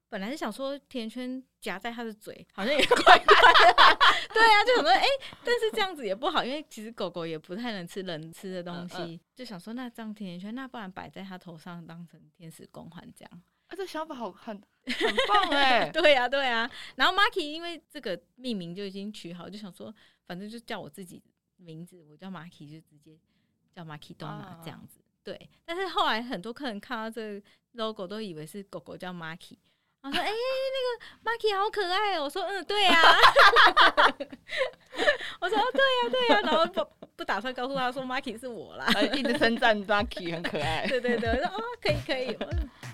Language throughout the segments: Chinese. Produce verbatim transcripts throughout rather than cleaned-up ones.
本来是想说甜圈夹在他的嘴好像也怪怪的对啊，就想说哎、欸，但是这样子也不好，因为其实狗狗也不太能吃人吃的东西、嗯嗯、就想说那这样甜甜圈那不然摆在他头上当成天使光环这样啊，这想法好很很棒哎对啊对啊，然后 Maki 因为这个命名就已经取好，就想说反正就叫我自己名字，我叫 Maki 就直接叫 Maki Donna 这样子、啊、对，但是后来很多客人看到这个 logo 都以为是狗狗叫 Maki，我说哎、欸，那个 Maki 好可爱哦、喔，我说嗯对啊我说哦对啊对啊，然后不不打算告诉他说 Maki 是我啦， 一直称赞 Maki 很可爱对对对，我说哦可以可以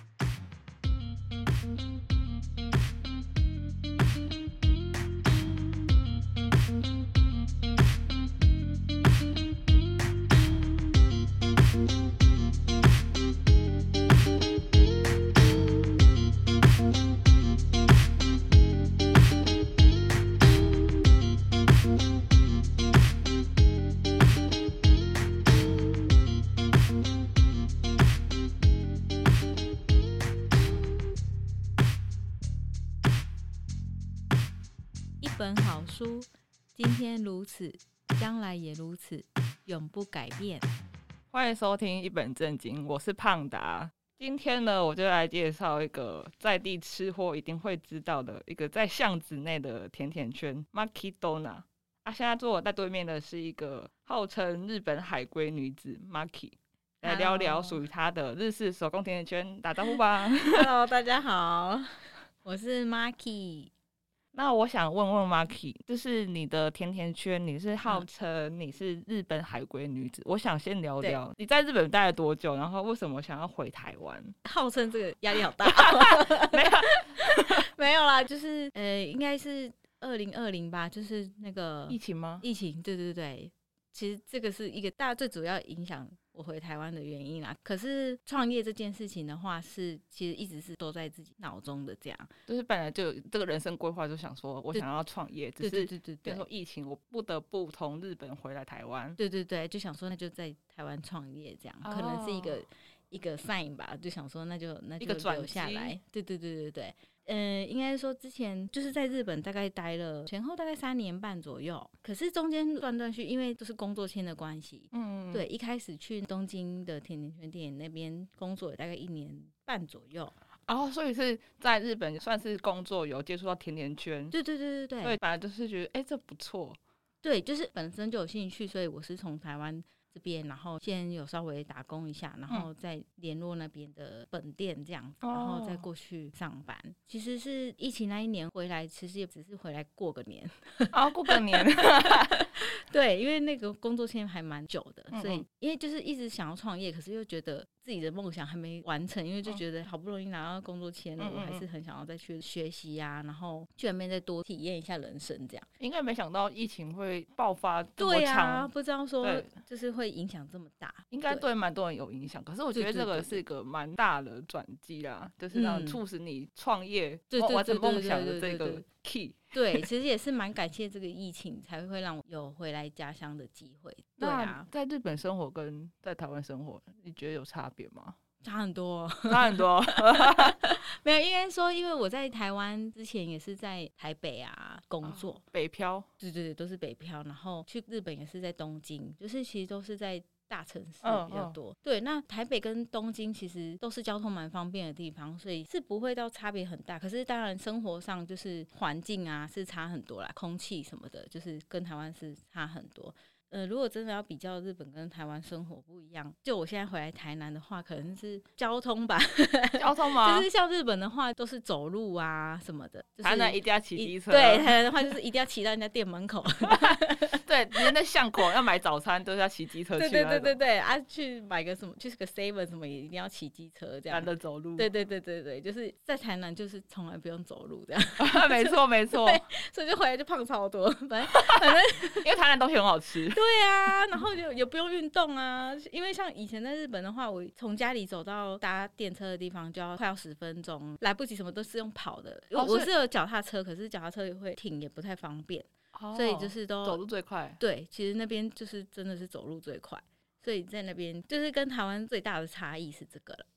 一本好书，今天如此，将来也如此，永不改变。 欢迎收听一本正经，我是胖达。今天呢，我就来介绍一个在地吃货一定会知道的一个在巷子内的甜甜圈 Maki Donna。啊，现在坐我在对面的是一个号称日本海归女子 Maki， 来聊聊属于她的日式手工甜甜圈，打招呼吧。 Hello， 大家好，我是 Maki。 那我想问问 Maki， 就是你的甜甜圈，你是号称你是日本海归女子、嗯、我想先聊聊你在日本待了多久，然后为什么想要回台湾？ 号称这个压力好大没有没有啦，就是呃，应该是二零二零吧，就是那个疫情吗？ 疫情，对对对，其实这个是一个大家最主要影响我回台湾的原因啦。可是创业这件事情的话，是其实一直是都在自己脑中的，这样就是本来就这个人生规划就想说我想要创业，只是对对对对，说疫情我不得不从日本回来台湾， 对对对，就想说那就在台湾创业这样、哦、可能是一个一个 sign 吧，就想说那就那就留下来，对对对对对。呃，应该说之前就是在日本大概待了前后大概三年半左右，可是中间断断续，因为都是工作签的关系，嗯，对，一开始去东京的甜甜圈店那边工作也大概一年半左右， 哦，所以是在日本算是工作有接触到甜甜圈， 对对对对对， 对，本来就是觉得哎、欸、这不错， 对，就是本身就有兴趣，所以我是从台湾这边，然后先有稍微打工一下，然后再联络那边的本店这样子、嗯，然后再过去上班。其实是疫情那一年回来，其实也只是回来过个年。 哦，过个年。 对，因为那个工作签还蛮久的，所以因为就是一直想要创业，可是又觉得自己的梦想还没完成，因为就觉得好不容易拿到工作签了、嗯，我还是很想要再去学习啊，然后去那边再多体验一下人生这样。 应该没想到疫情会爆发这么长， 对啊，不知道说就是会影响这么大， 应该对蛮多人有影响。可是我觉得这个是一个蛮大的转机啦，就是让促使你创业、完成梦想的这个 key。 对，其实也是蛮感谢这个疫情，才会让我有回来家乡的机会。对啊， 在日本生活跟在台湾生活，你觉得有差别吗？ 差很多， 差很多。 没有，应该说，因为我在台湾之前也是在台北啊工作，哦、 北漂， 对对对，都是北漂。然后去日本也是在东京，就是其实都是在大城市比较多、嗯嗯。对，那台北跟东京其实都是交通蛮方便的地方，所以是不会到差别很大。可是当然生活上就是环境啊是差很多啦，空气什么的，就是跟台湾是差很多。呃，如果真的要比较日本跟台湾生活不一样，就我现在回来台南的话，可能是交通吧。 交通吗？ 就是像日本的话，都是走路啊什么的。就是、 台南一定要骑机车。 对，台南的话就是一定要骑到人家店门口。 对，连在巷口要买早餐都是要骑机车去。 对对对对对，啊，去买个什么，去个 seven 什么也一定要骑机车这样。 懒得走路。 对对对对对，就是在台南就是从来不用走路这样。 没错没错。 所以就回来就胖超多，反正反正因为台南东西很好吃。 对啊，然后就也不用运动啊，因为像以前在日本的话，我从家里走到搭电车的地方就要快要十分钟，来不及，什么都是用跑的。哦、我是有脚踏车，可是脚踏车也会停，也不太方便。哦、所以就是都走路最快。 对，其实那边就是真的是走路最快，所以在那边就是跟台湾最大的差异是这个了。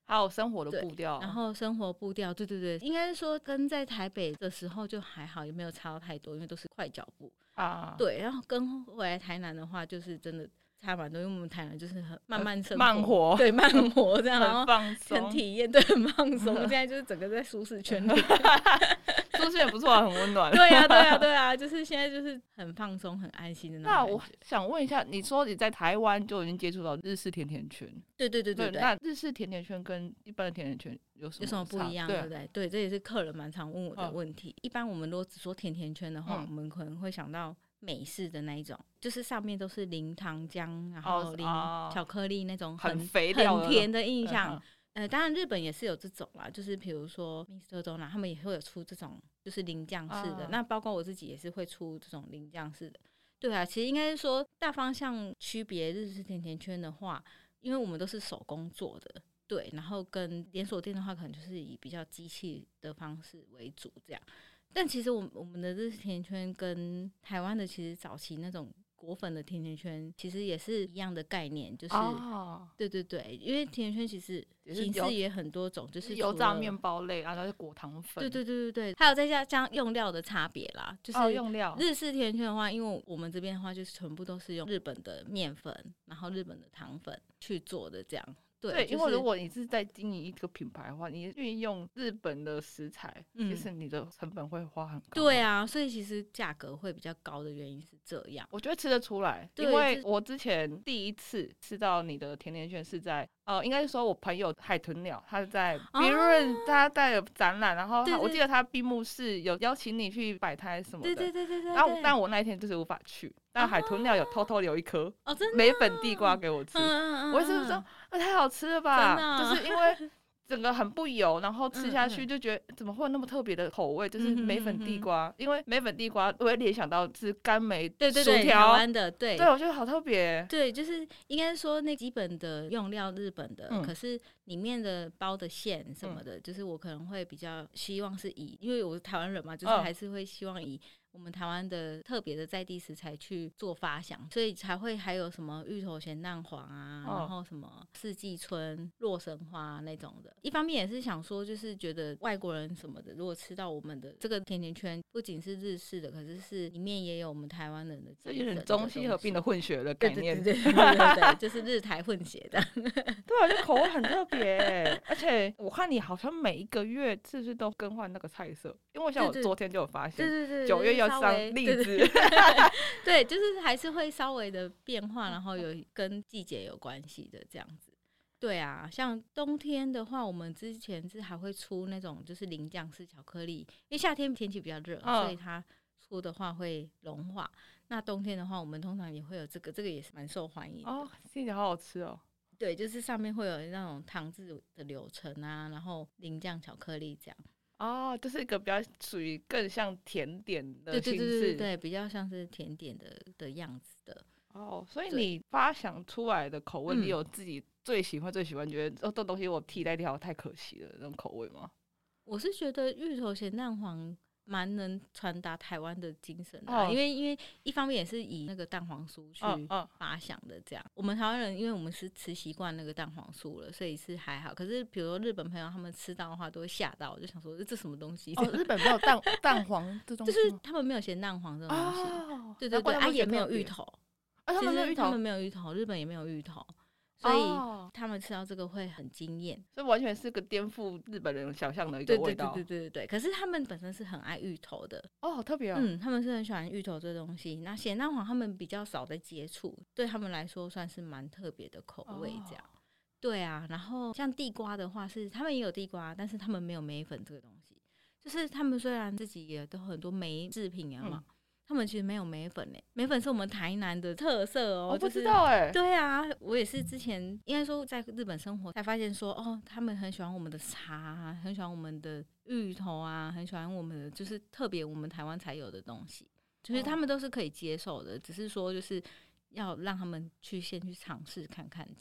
还有生活的步调， 然后生活步调，对对对，应该是说跟在台北的时候就还好，也没有差到太多，因为都是快脚步啊。对，然后跟回来台南的话，就是真的差蛮多，因为我们台南就是很慢慢生活， 慢活， 对，慢活这样， 很放松， 很体验，对，很放松。现在就是整个在舒适圈里。 舒适也不错啊，很温暖。 对啊，对啊，对啊，就是现在就是很放松、很安心的那种。 那我想问一下，你说你在台湾就已经接触到日式甜甜圈？ 对对对对对, 对。那日式甜甜圈跟一般的甜甜圈有什么有什么不一样？对不对？对，这也是客人蛮常问我的问题。嗯、一般我们如果只说甜甜圈的话，嗯、我们可能会想到美式的那一种，就是上面都是淋糖浆，然后淋巧克力那种很、 哦、很肥料很甜的印象。嗯呃，当然日本也是有这种啦，就是比如说 Mister Donut 他们也会有出这种就是淋酱式的、啊，那包括我自己也是会出这种淋酱式的。对啊，其实应该是说大方向区别日式甜甜圈的话，因为我们都是手工做的，对，然后跟连锁店的话，可能就是以比较机器的方式为主这样。但其实我我们的日式甜甜圈跟台湾的其实早期那种果粉的甜甜圈其实也是一样的概念，就是、哦、对对对，因为甜甜圈其实形式也很多种，就是油炸面包类啊，然后是果糖粉， 对对对对对，还有再加加用料的差别啦，就是用料日式甜甜圈的话，因为我们这边的话就是全部都是用日本的面粉，然后日本的糖粉去做的这样。对， 对， 就是、 因为如果你是在经营一个品牌的话，你运用日本的食材、嗯，其实你的成本会花很高。 对啊，所以其实价格会比较高的原因是这样。 我觉得吃得出来，因为我之前第一次吃到你的甜甜圈是在呃，应该是说我朋友海豚鸟，他在别人他带了展览，然后他我记得他闭幕式有邀请你去摆摊什么的， 对对对对对。 然后但我那一天就是无法去。但海豚鸟有偷偷留一颗哦，真的梅粉地瓜给我吃， 嗯嗯嗯我也是说，那、啊、太好吃了吧，就是因为整个很不油，然后吃下去就觉得怎么会有那么特别的口味，就是梅粉地瓜，嗯、因为梅粉地瓜我会联想到是甘梅对对对， 薯条， 台湾的，对， 对我觉得好特别， 对，就是应该说那基本的用料日本的，嗯、可是里面的包的馅什么的，嗯、就是我可能会比较希望是以，因为我是台湾人嘛，就是还是会希望以。我们台湾的特别的在地食材去做发想，所以才会还有什么芋头咸蛋黄啊、哦，然后什么四季春、洛神花那种的。一方面也是想说，就是觉得外国人什么的，如果吃到我们的这个甜甜圈，不仅是日式的，可是是里面也有我们台湾人的， 这有点中西合并的混血的概念， 对对对对对对，就是日台混血的。 对啊，这口味很特别，而且我看你好像每一个月是不是都更换那个菜色？因为像我昨天就有发现，对对对，九月要上栗子， 对, 对, 对，就是还是会稍微的变化，然后有跟季节有关系的这样子。对啊，像冬天的话，我们之前是还会出那种就是淋酱式巧克力，因为夏天天气比较热，哦、所以它出的话会融化。那冬天的话，我们通常也会有这个，这个也是蛮受欢迎的。 哦，听起来好好吃哦。 对，就是上面会有那种糖制的柳橙啊，然后淋酱巧克力这样。 哦，这是一个比较属于更像甜点的形式， 对对对对对，比较像是甜点的的样子的。 哦，所以你发想出来的口味，你有自己最喜欢、最喜欢，觉得哦，这东西我替代掉太可惜了那种口味吗？ 我是觉得芋头咸蛋黄蛮能传达台湾的精神的、啊哦，因为因为一方面也是以那个蛋黄酥去发想的，这样、哦哦。我们台湾人因为我们是吃习惯那个蛋黄酥了，所以是还好。可是比如说日本朋友他们吃到的话，都会吓到，我就想说这什么东西？ 哦，日本没有蛋蛋黄这东西， 就是他们没有咸蛋黄这种东西。哦、对对对，啊也没有芋头， 啊他们没有芋头， 他们没有芋头，日本也没有芋头。所以他们吃到这个会很惊艳， 所以完全是个颠覆日本人想象的一个味道。 对对对对对对。可是他们本身是很爱芋头的哦，好特别哦。 嗯，他们是很喜欢芋头这东西。那咸蛋黄他们比较少在接触，对他们来说算是蛮特别的口味这样。哦、对啊，然后像地瓜的话是他们也有地瓜，但是他们没有梅粉这个东西。就是他们虽然自己也都很多梅制品啊嘛。嗯，他们其实没有梅粉诶，梅粉是我们台南的特色哦。 我不知道哎、欸就是。对啊，我也是之前应该说在日本生活才发现说，哦，他们很喜欢我们的茶，很喜欢我们的芋头啊，很喜欢我们的就是特别我们台湾才有的东西，就是他们都是可以接受的，只是说就是要让他们去先去尝试看看这样。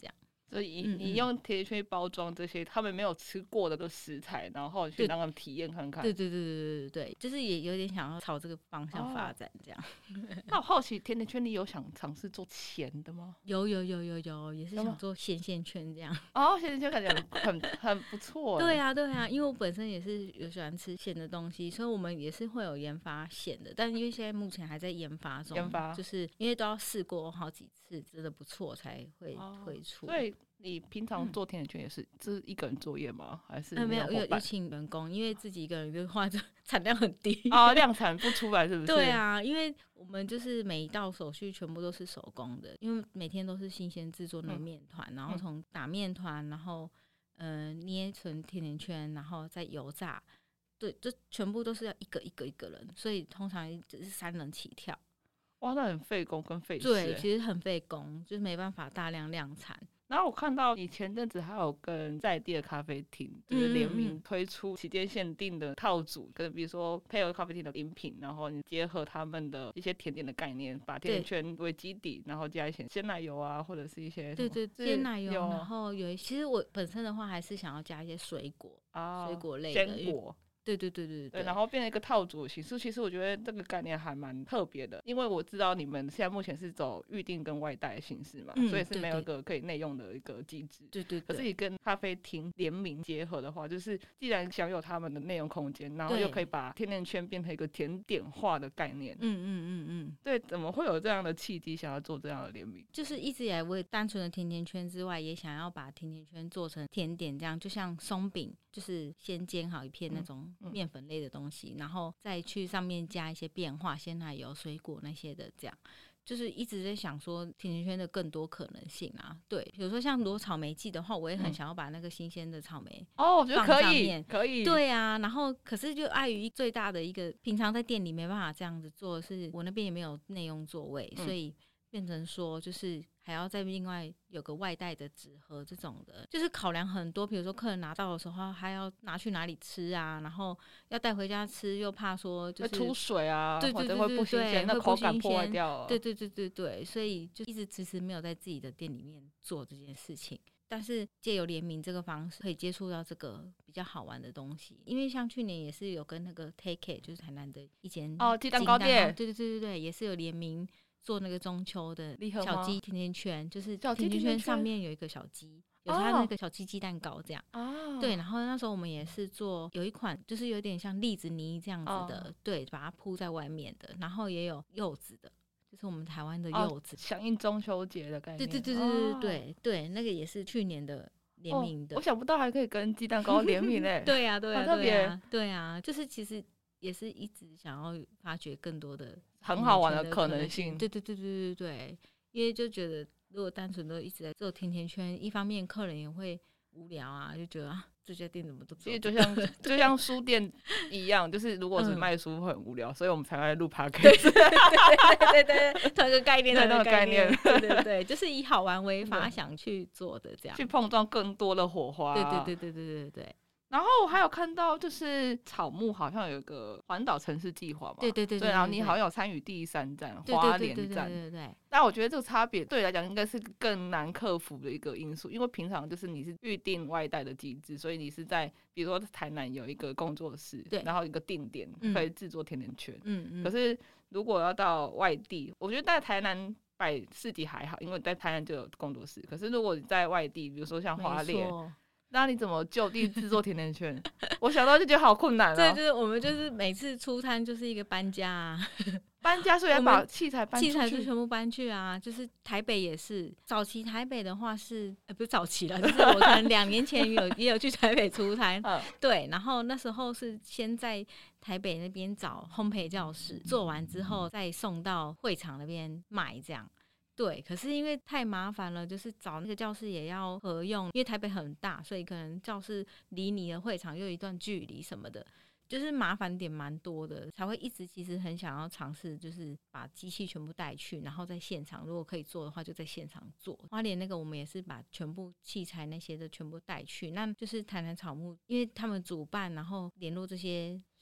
所以你用甜甜圈包装这些他们没有吃过的食材，然后去让他们体验看看。 对对对对对对，就是也有点想要朝这个方向发展这样。 哦、那我好奇，甜甜圈你有想尝试做咸的吗？ 有有有有有，也是想做咸咸圈这样。 哦，咸咸圈感觉很很很不错。 对啊对啊，因为我本身也是有喜欢吃咸的东西，所以我们也是会有研发咸的，但因为现在目前还在研发中， 研发就是因为都要试过好几次，真的不错才会推出。 哦、所以你平常做甜甜圈也是，这、嗯、是一个人作业吗？还是没有有有请员工？因为自己一个人的话，就产量很低啊、哦，量产不出来是不是？ 对啊，因为我们就是每一道手续全部都是手工的，因为每天都是新鲜制作那个面团、嗯，然后从打面团，然后呃捏成甜甜圈，然后再油炸，对，这全部都是要一个一个一个人，所以通常只是三人起跳。 哇，那很费工跟费时。 对，其实很费工，就是没办法大量量产。 然后我看到你前阵子还有跟在地的咖啡厅就是联名推出期间限定的套组，跟比如说配合咖啡厅的饮品，然后你结合他们的一些甜点的概念，把甜甜圈为基底，然后加一些鲜奶油啊，或者是一些对对鲜奶油，然后有其实我本身的话还是想要加一些水果啊，水果类的坚果。 对对对 对, 对, 对，然后变成一个套组的形式。其实我觉得这个概念还蛮特别的，因为我知道你们现在目前是走预定跟外带的形式嘛、嗯，所以是没有一个可以内用的一个机制。 对 对, 对。 可是你跟咖啡厅联名结合的话，就是既然享有他们的内容空间，然后又可以把甜甜圈变成一个甜点化的概念。 嗯嗯嗯嗯。 对，怎么会有这样的契机想要做这样的联名？ 就是一直以来我单纯的甜甜圈之外，也想要把甜甜圈做成甜点，这样就像松饼，就是先煎好一片那种面粉类的东西、嗯嗯、然后再去上面加一些变化，鲜奶油、水果那些的，这样就是一直在想说甜甜圈的更多可能性啊。对，比如说像如果草莓季的话，我也很想要把那个新鲜的草莓哦，我觉得可以，可以， 对啊。然后可是就碍于最大的一个，平常在店里没办法这样子做，是我那边也没有内用座位、嗯，所以变成说就是还要再另外有个外带的纸盒这种的，就是考量很多，比如说客人拿到的时候还要拿去哪里吃啊，然后要带回家吃又怕说就是会出水啊， 对对对对对， 或者会不新鲜，那口感破坏掉了。 对对对对对，所以就一直迟迟没有在自己的店里面做这件事情。但是借由联名这个方式可以接触到这个比较好玩的东西，因为像去年也是有跟那个 Take It 就是台南的一间哦鸡蛋糕店， 对对对对对，也是有联名做那个中秋的小鸡甜甜圈，就是甜甜圈上面有一个小鸡，有它那个小鸡鸡蛋糕这样、哦、对。然后那时候我们也是做有一款就是有点像栗子泥这样子的、哦、对，把它铺在外面的，然后也有柚子的，就是我们台湾的柚子， 响应中秋节的概念。 对对对对对对对、哦、对，那个也是去年的联名的、 哦、我想不到还可以跟鸡蛋糕联名耶对啊对啊对啊对啊，就是其实也是一直想要发掘更多的很好玩的可能性。 对对对对对对，因为就觉得如果单纯都一直在做甜甜圈，一方面客人也会无聊啊，就觉得啊这家店怎么都做， 其实就像就像书店一样，就是如果是卖书会很无聊、嗯、所以我们才会录 podcast。 对对对对对，同一个概念， 同一个概念， 对对对，就是以好玩为发想去做的，这样去碰撞更多的火花。 对对对对对对对。 然后我还有看到，就是草木好像有一个环岛城市计划嘛， 对对 对, 对, 对, 对, 对， 然后你好像有参与第三站花莲站， 对对对。 但我觉得这个差别对你来讲应该是更难克服的一个因素，因为平常就是你是预定外带的机制，所以你是在比如说台南有一个工作室，对，然后一个定点可以制作甜甜圈，嗯嗯。可是如果要到外地，我觉得在台南摆市集还好，因为在台南就有工作室。可是如果你在外地，比如说像花莲，那你怎么就地制作甜甜圈？我想到就觉得好困难哦。 对，就是我们就是每次出摊就是一个搬家啊， 搬家，所以要把器材搬出去， 器材就全部搬去啊。就是台北也是，早期台北的话是，呃、欸，不是早期了，就是我可能两年前有也有去台北出摊，对，然后那时候是先在台北那边找烘焙教室，做完之后再送到会场那边卖这样。对，可是因为太麻烦了，就是找那个教室也要合用，因为台北很大，所以可能教室离你的会场又有一段距离什么的，就是麻烦点蛮多的，才会一直其实很想要尝试，就是把机器全部带去，然后在现场如果可以做的话就在现场做。花莲那个我们也是把全部器材那些的全部带去，那就是台南草木因为他们主办，然后联络这些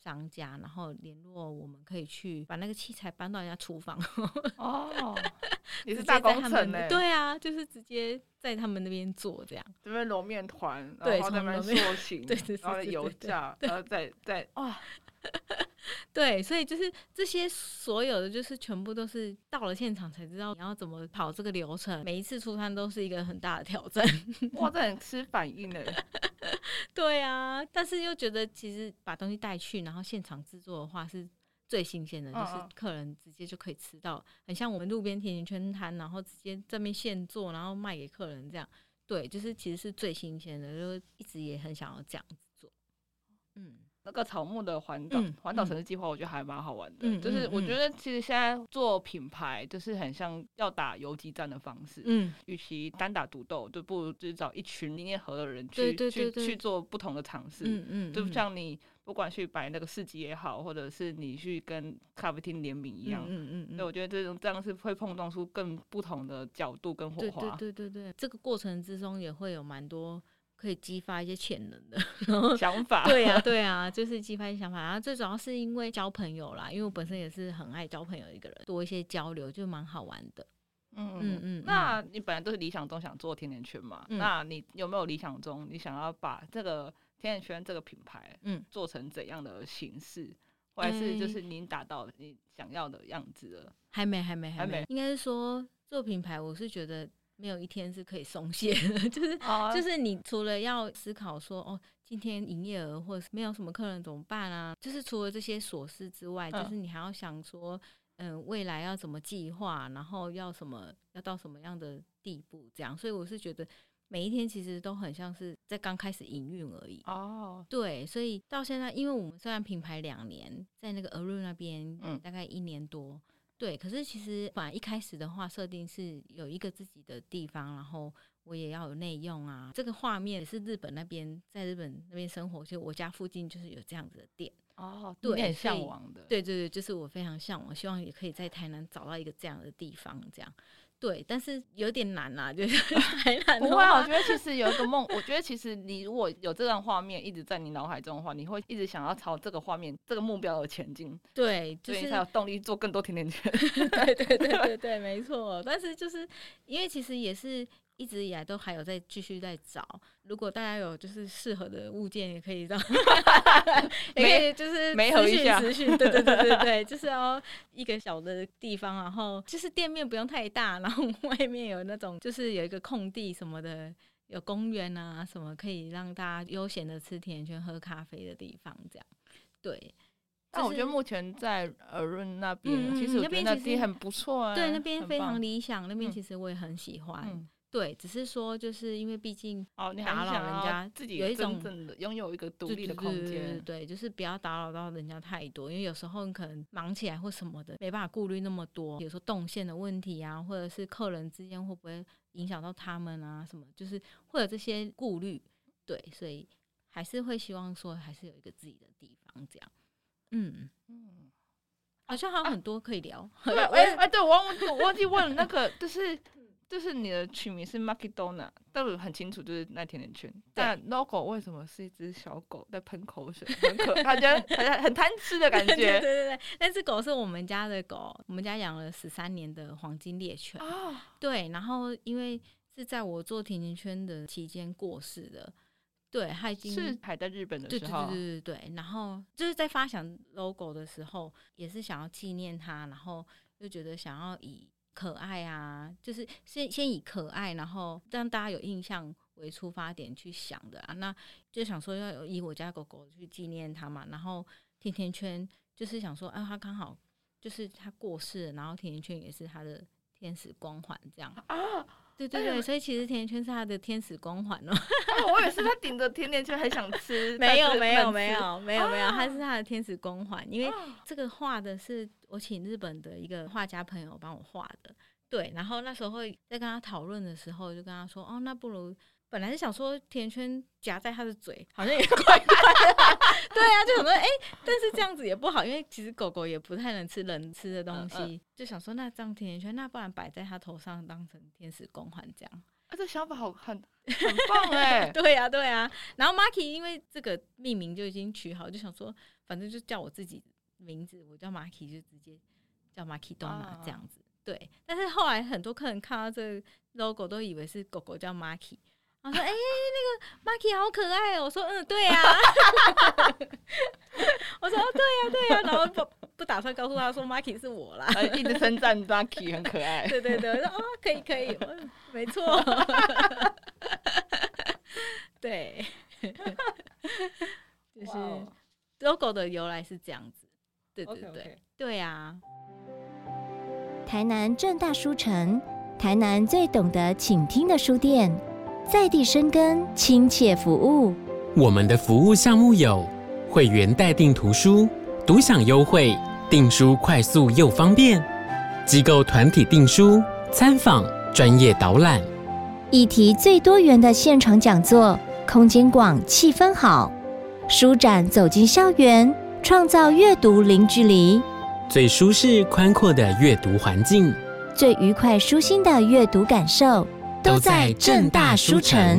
商家，然后联络我们可以去把那个器材搬到人家厨房。 哦，你是大工程欸。 对啊，就是直接在他们那边做这样， 这边揉面团， 对， 然后在那边塑形， 对对对， 然后油炸，然后再再哇。 对，所以就是这些所有的，就是全部都是到了现场才知道你要怎么跑这个流程。每一次出摊都是一个很大的挑战。 哇，这很吃反应耶。 对啊，但是又觉得其实把东西带去，然后现场制作的话是最新鲜的， 嗯嗯， 就是客人直接就可以吃到，很像我们路边甜甜圈摊，然后直接这边现做，然后卖给客人这样。对，就是其实是最新鲜的，就一直也很想要这样子做。嗯。 那个草木的环岛环岛城市计划，我觉得还蛮好玩的。 嗯， 就是我觉得其实现在做品牌，就是很像要打游击战的方式。嗯，与其单打独斗，就不如就是找一群理念合的人去对对对对去去做不同的尝试。嗯嗯，就像你不管去摆那个市集也好，或者是你去跟咖啡厅联名一样。嗯嗯嗯，所以我觉得这种这样是会碰撞出更不同的角度跟火花。 对对对对对，这个过程之中也会有蛮多可以激发一些潜能的想法。 对啊对啊，就是激发一些想法。然后最主要是因为交朋友啦，因为我本身也是很爱交朋友的一个人，多一些交流就蛮好玩的。 嗯嗯嗯。那你本来都是理想中想做甜甜圈嘛？嗯，那你有没有理想中你想要把这个甜甜圈这个品牌嗯做成怎样的形式？或者是就是你已经达到你想要的样子了？ 还没还没还没，应该是说做品牌我是觉得没有一天是可以松懈的，就是、oh. 就是你除了要思考说哦，今天营业额或者没有什么客人怎么办啊，就是除了这些琐事之外，嗯、就是你还要想说，嗯，未来要怎么计划，然后要什么，要到什么样的地步，这样。所以我是觉得每一天其实都很像是在刚开始营运而已。哦、oh. ，对，所以到现在，因为我们虽然品牌两年，在那个俄润那边，嗯，大概一年多。对，可是其实本来一开始的话设定是有一个自己的地方，然后我也要有内用啊。这个画面也是日本那边，在日本那边生活，就我家附近就是有这样子的店。 哦，对，你很向往的。 对对对，就是我非常向往，希望也可以在台南找到一个这样的地方，这样。对，但是有点难啦，就是台南的话。 不会，我觉得其实有一个梦，我觉得其实你如果有这段画面一直在你脑海中的话，你会一直想要朝这个画面、这个目标而前进。 对，就是、 所以才有动力做更多甜甜圈。 对对对对对，没错。但是就是因为其实也是一直以来都还有在继续在找，如果大家有就是适合的物件，也可以让，也可以就是私讯私讯，对对对对对，就是要一个小的地方，然后就是店面不用太大，然后外面有那种就是有一个空地什么的，有公园啊什么，可以让大家悠闲的吃甜甜圈、喝咖啡的地方，这样。对。 但我觉得目前在俄润那边、嗯，其实我觉得那边很不错、欸， 对，那边非常理想，那边其实我也很喜欢。嗯、对，只是说就是因为毕竟打扰人家， 自己有一种真正的拥有一个独立的空间， 对, 对, 对, 对，就是不要打扰到人家太多，因为有时候你可能忙起来或什么的，没办法顾虑那么多，有时候动线的问题啊，或者是客人之间会不会影响到他们啊，什么，就是会有这些顾虑。对，所以还是会希望说，还是有一个自己的地方这样。嗯嗯，好像还有很多可以聊。啊、 对，哎哎，对我忘我忘记问了那个，就是就是你的取名是 Makidona， 但我很清楚就是那甜甜圈，但 logo 为什么是一只小狗在喷口水，很可，感觉很很贪吃的感觉。 对对对对，那只狗是我们家的狗，我们家养了十三年的黄金猎犬。哦，对，然后因为是在我做甜甜圈的期间过世的。对，他已经是还在日本的时候， 对对对对对，然后就是在发想 logo 的时候，也是想要纪念他，然后就觉得想要以可爱啊，就是先先以可爱，然后让大家有印象为出发点去想的啊，那就想说要以我家狗狗去纪念他嘛，然后甜甜圈就是想说，啊，他刚好就是他过世了，然后甜甜圈也是他的天使光环这样啊。对对对，所以其实甜甜圈是他的天使光环哦。 哦，我也是，他顶着甜甜圈还想吃。 没有没有没有没有没有，他是他的天使光环，因为这个画的是我请日本的一个画家朋友帮我画的。对，然后那时候在跟他讨论的时候，就跟他说，哦，那不如。本来是想说甜甜圈夹在他的嘴好像也怪怪的，对啊，就想说哎、欸，但是这样子也不好，因为其实狗狗也不太能吃人吃的东西，嗯嗯，就想说那这样甜甜圈，那不然摆在他头上当成天使光环这样。 啊，这想法好很很棒哎！ 对啊对啊，然后 Maki 因为这个命名就已经取好，就想说反正就叫我自己名字，我叫 Maki 就直接叫 Makidona 这样子。对，但是后来很多客人看到这个 logo 都以为是狗狗叫 Maki， 然后说：“哎、欸，那个 Maki 好可爱哦。”我说：“嗯，对啊。”我说：“哦，对呀、啊，对呀、啊。”然后不不打算告诉他说 Maki 是我啦， 一直称赞 Maki 很可爱。 对对对，我说：“哦，可以可以，没错。”对，就是 logo 的由来是这样子。对对对， okay, okay. 对啊。 台南政大书城，台南最懂得倾听的书店，在地生根，亲切服务。 我们的服务项目有会员代订图书、独享优惠、订书快速又方便；机构团体订书、参访、专业导览； 议题最多元的现场讲座，空间广，气氛好；书展走进校园，创造阅读零距离。 最舒适宽阔的阅读环境， 最愉快舒心的阅读感受，都在政大书城。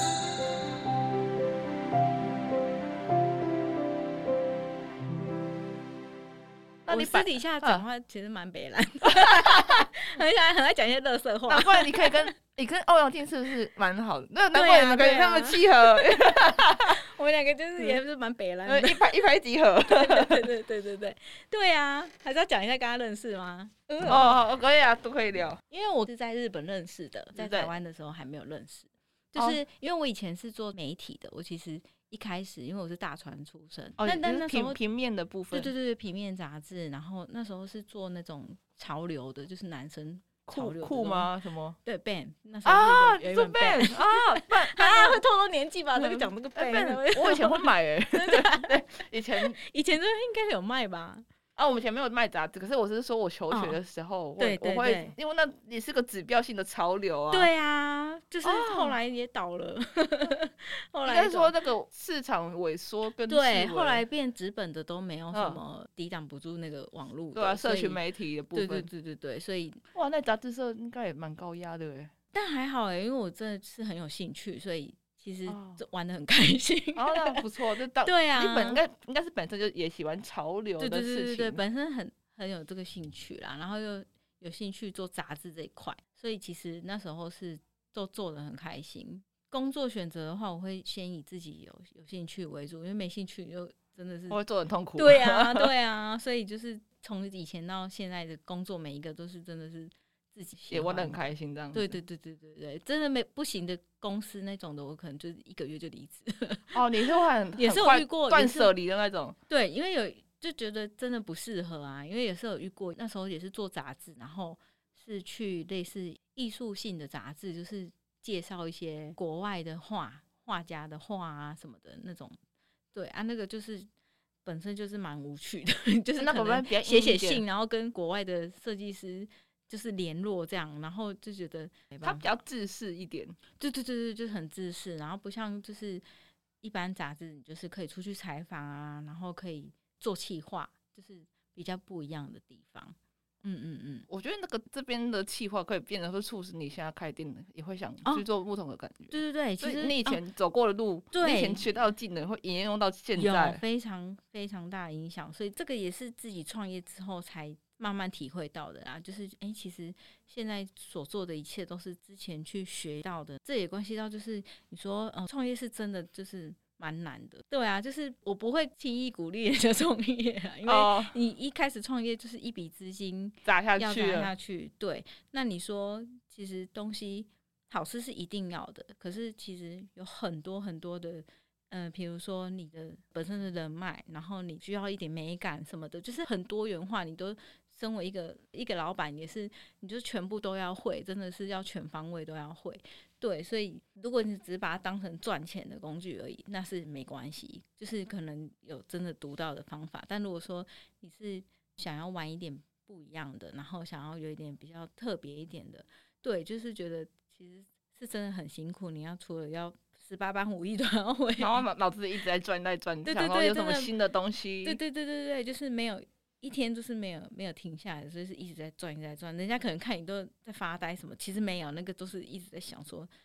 我私底下讲话其实蛮北蓝，很爱很爱讲一些垃圾话。 难怪你可以跟你跟欧阳靖是不是蛮好的？那难怪你们可以那么契合。 我们两个就是也是蛮北蓝的， 一拍一拍即合。 对对对对对对对，对啊，还是要讲一下跟他认识吗？ 嗯、哦，可以啊，都可以聊。 因为我是在日本认识的，在台湾的时候还没有认识，就是因为我以前是做媒体的，我其实。一开始因为我是大传出身， 哦、但但那时候平面的部分， 对对对，平面杂志，然后那时候是做那种潮流的，就是男生潮流酷吗？什么？ 对 ，band 那时候啊，有一本 band 啊，band 啊，会透露年纪吧？这个讲这个 band， 我以前会买诶、欸，对，以前以前就应该有卖吧。 啊，我们以前没有卖杂志，可是我是说我求学的时候，哦、 对对对， 我会因为那也是个指标性的潮流啊。 对啊，就是后来也倒了。哦、后来应该说那个市场萎缩跟对，后来变纸本的都没有什么抵挡不住那个网络的， 对啊，社群媒体的部分， 对对对对对，所以哇，那杂志社应该也蛮高压的哎。 但还好哎，因为我真的是很有兴趣，所以。其实玩得很开心， 哦，那不错，就当对啊， 你本应该应该是本身就也喜欢潮流的事情， 对对对对，本身很很有这个兴趣啦，然后又有兴趣做杂志这一块，所以其实那时候是都做得很开心。工作选择的话，我会先以自己有有兴趣为主，因为没兴趣就真的是我会做得很痛苦。 对啊，对啊，所以就是从以前到现在的工作，每一个都是真的是。自己也玩得很开心，这样子。 对对对对对对，真的没不行的公司那种的，我可能就是一个月就离职。 哦，你是很也是有遇过断舍离的那种。 对，因为有就觉得真的不适合啊，因为也是有遇过，那时候也是做杂志，然后是去类似艺术性的杂志，就是介绍一些国外的画画家的画啊什么的那种。对啊，那个就是本身就是蛮无趣的，就是可能写写信，然后跟国外的设计师。就是联络这样，然后就觉得他比较自私一点， 对对对对，就是很自私，然后不像就是一般杂志，你就是可以出去采访啊，然后可以做企划，就是比较不一样的地方。嗯嗯嗯， 我觉得那个这边的企划可以变得会促使你现在开店的也会想去做不同的感觉。 哦、对对对，其实你以前走过的路，哦、你以前学到的技能会沿用到现在， 有非常非常大的影响。所以这个也是自己创业之后才。慢慢体会到的啦，就是哎、欸，其实现在所做的一切都是之前去学到的，这也关系到就是你说，呃，创业是真的就是蛮难的，对啊，就是我不会轻易鼓励人家创业啊，因为你一开始创业就是一笔资金砸下去， 要砸下去，对，那你说其实东西好吃是一定要的，可是其实有很多很多的。嗯、呃，比如说你的本身的人脉，然后你需要一点美感什么的，就是很多元化，你都身为一个一个老板，也是你就全部都要会，真的是要全方位都要会。对，所以如果你只是把它当成赚钱的工具而已，那是没关系，就是可能有真的独到的方法。但如果说你是想要玩一点不一样的，然后想要有一点比较特别一点的，对，就是觉得其实是真的很辛苦。你要除了要十八般武艺都要会， 然后脑子一直在转在转， 对对对， 然后有什么新的东西， 对对对对对，就是没有一天就是没有没有停下来，所以是一直在转一直在转。人家可能看你都在发呆什么，其实没有，那个都是一直在想说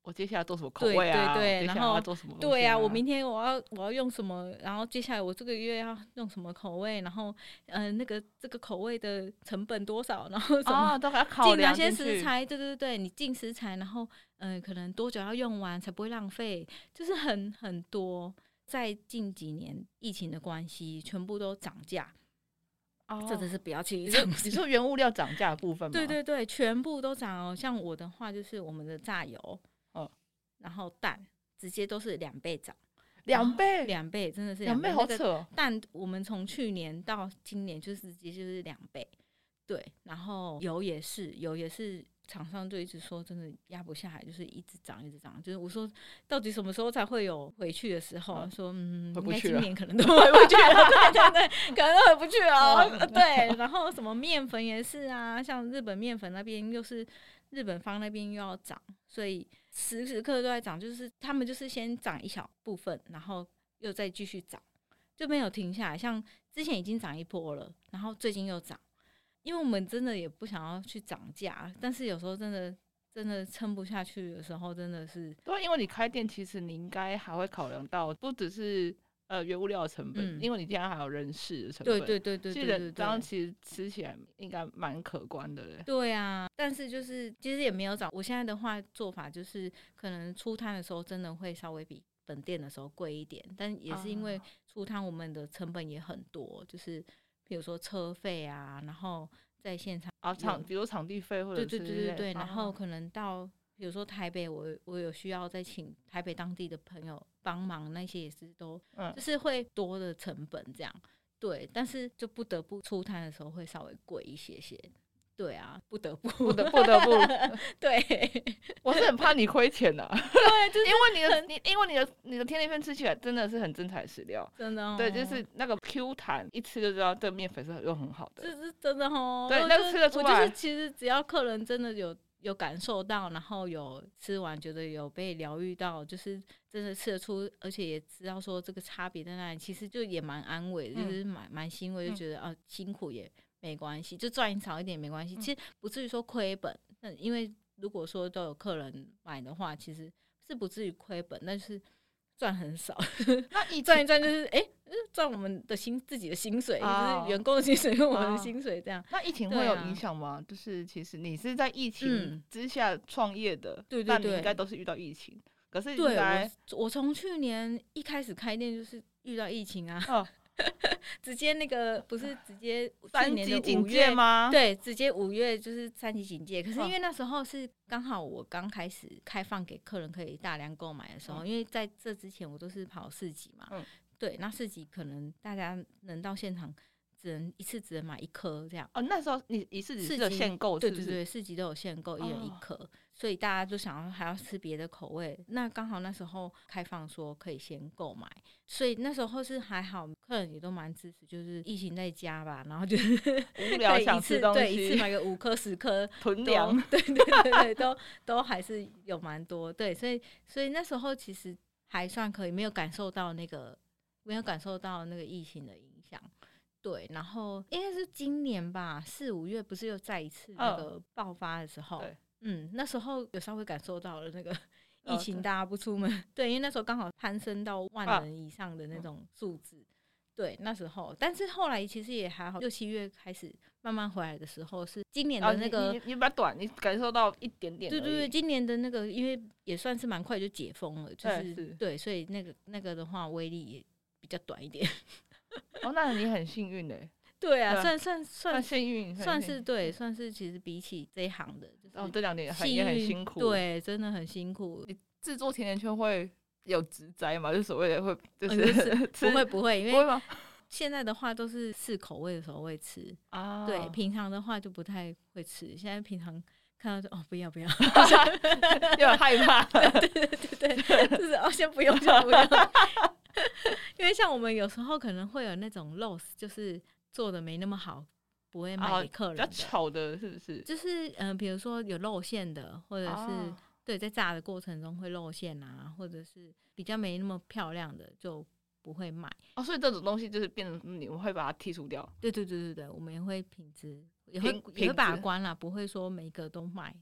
我接下来做什么口味啊？ 对对对，然后要做什么、啊？ 对啊，我明天我要我要用什么？然后接下来我这个月要用什么口味？然后呃，那个这个口味的成本多少？然后什么？ 哦、都要考量进哪些食材？对对对，你进食材，然后嗯、呃，可能多久要用完才不会浪费？就是很很多。在近几年疫情的关系，全部都涨价。哦，真的是不要去尝试。 你说原物料涨价的部分吗？ 对对对，全部都涨哦。像我的话，就是我们的榨油， 哦， 然后蛋直接都是两倍涨， 两倍， 两倍，真的是两倍，好扯、哦。 蛋我们从去年到今年就是直接就是两倍，对。然后油也是，油也是。厂商就一直说真的压不下来，就是一直涨一直涨，就是我说到底什么时候才会有回去的时候？嗯、说嗯，应该今年可能都回不去了，对对对，可能都回不去了。嗯、对，然后什么面粉也是啊，像日本面粉那边又是日本方那边又要涨，所以时时刻都在涨，就是他们就是先涨一小部分，然后又再继续涨，就没有停下来。像之前已经涨一波了，然后最近又涨。因为我们真的也不想要去涨价，但是有时候真的真的撑不下去的时候，真的是对。因为你开店，其实你应该还会考量到不只是呃原物料的成本、嗯，因为你竟然还有人事的成本。 对对对对对对对， 这样其实吃起来应该蛮可观的嘞。 对啊，但是就是其实也没有涨。我现在的话做法就是，可能出摊的时候真的会稍微比本店的时候贵一点，但也是因为出摊我们的成本也很多，就是。比如说车费啊，然后在现场啊场，比如场地费或者是对对对对对，然后可能到比如说台北我，我我有需要再请台北当地的朋友帮忙，那些也是都、嗯、就是会多的成本这样，对，但是就不得不出摊的时候会稍微贵一些些。对啊，不得不， 不得不得不， 对， 我是很怕你亏钱的、啊， 对，就是因为你的你，因为你的你的甜甜圈吃起来真的是很真材实料， 真的、哦， 对，就是那个 Q 弹，一吃就知道这个面粉是又很好的， 这是真的哦， 对，那个吃得出来。 我就是其实只要客人真的有有感受到，然后有吃完觉得有被疗愈到，就是真的吃得出，而且也知道说这个差别在那里，其实就也蛮安慰的，嗯、就是蛮蛮欣慰，就觉得、嗯、啊辛苦也。没关系，就赚少一点没关系、嗯，其实不至于说亏本。那因为如果说都有客人买的话，其实是不至于亏本，但是赚很少。那一赚一赚就是哎，赚、欸、我们的薪自己的薪水，哦、就是员工的薪水跟我们的薪水这样。哦、 那疫情会有影响吗、啊？就是其实你是在疫情之下创业的，嗯、对对对，那你应该都是遇到疫情。可是对我，我从去年一开始开店就是遇到疫情啊。哦直接那个不是直接三级警戒吗？ 对，直接五月就是三级警戒。可是因为那时候是刚好我刚开始开放给客人可以大量购买的时候，嗯、因为在这之前我都是跑市集嘛，嗯、对，那市集可能大家能到现场只能一次只能买一颗这样。 哦，那时候你一次只有限购， 对对对，市集都有限购，一人一颗。哦，所以大家就想要还要吃别的口味，那刚好那时候开放说可以先购买，所以那时候是还好，客人也都蛮支持，就是疫情在家吧，然后就是无聊想吃东西， 对，一次买个五颗十颗囤粮， 对对对对，都都还是有蛮多，对，所以所以那时候其实还算可以，没有感受到那个没有感受到那个疫情的影响。对，然后应该是今年吧，四五月不是又再一次那个爆发的时候，哦、嗯，那时候有稍微感受到了那个疫情，大家不出门，哦、对，因为那时候刚好攀升到万人以上的那种数字，啊、对，那时候，但是后来其实也还好，六七月开始慢慢回来的时候，是今年的那个， 啊、你你, 你比较短，你感受到一点点， 对对对，今年的那个，因为也算是蛮快就解封了，就是对，对，所以那个那个的话，威力也比较短一点。 哦，那你很幸运嘞。 对啊，算算算幸运， 算是对，算是其实比起这一行的，就是哦，这两年也很辛苦， 对，真的很辛苦。 你制作甜甜圈会有职灾吗？就所谓的会，就是、 嗯、不会不会，因为现在的话都是试口味的时候会吃啊，对，平常的话就不太会吃。现在平常看到就哦不要不要， 有点害怕， 对对对对，就是哦先不用先不用。因为像我们有时候可能会有那种 loss， 就是做的没那么好，不会卖给客人的， 啊、比较丑的，是不是？ 就是嗯、呃，比如说有露馅的，或者是、哦、对，在炸的过程中会露馅啊，或者是比较没那么漂亮的就不会卖。 哦，所以这种东西就是变成你们会把它剔除掉。 对对对对对，我们也会品质，也会也会把关啦，不会说每一个都卖这样。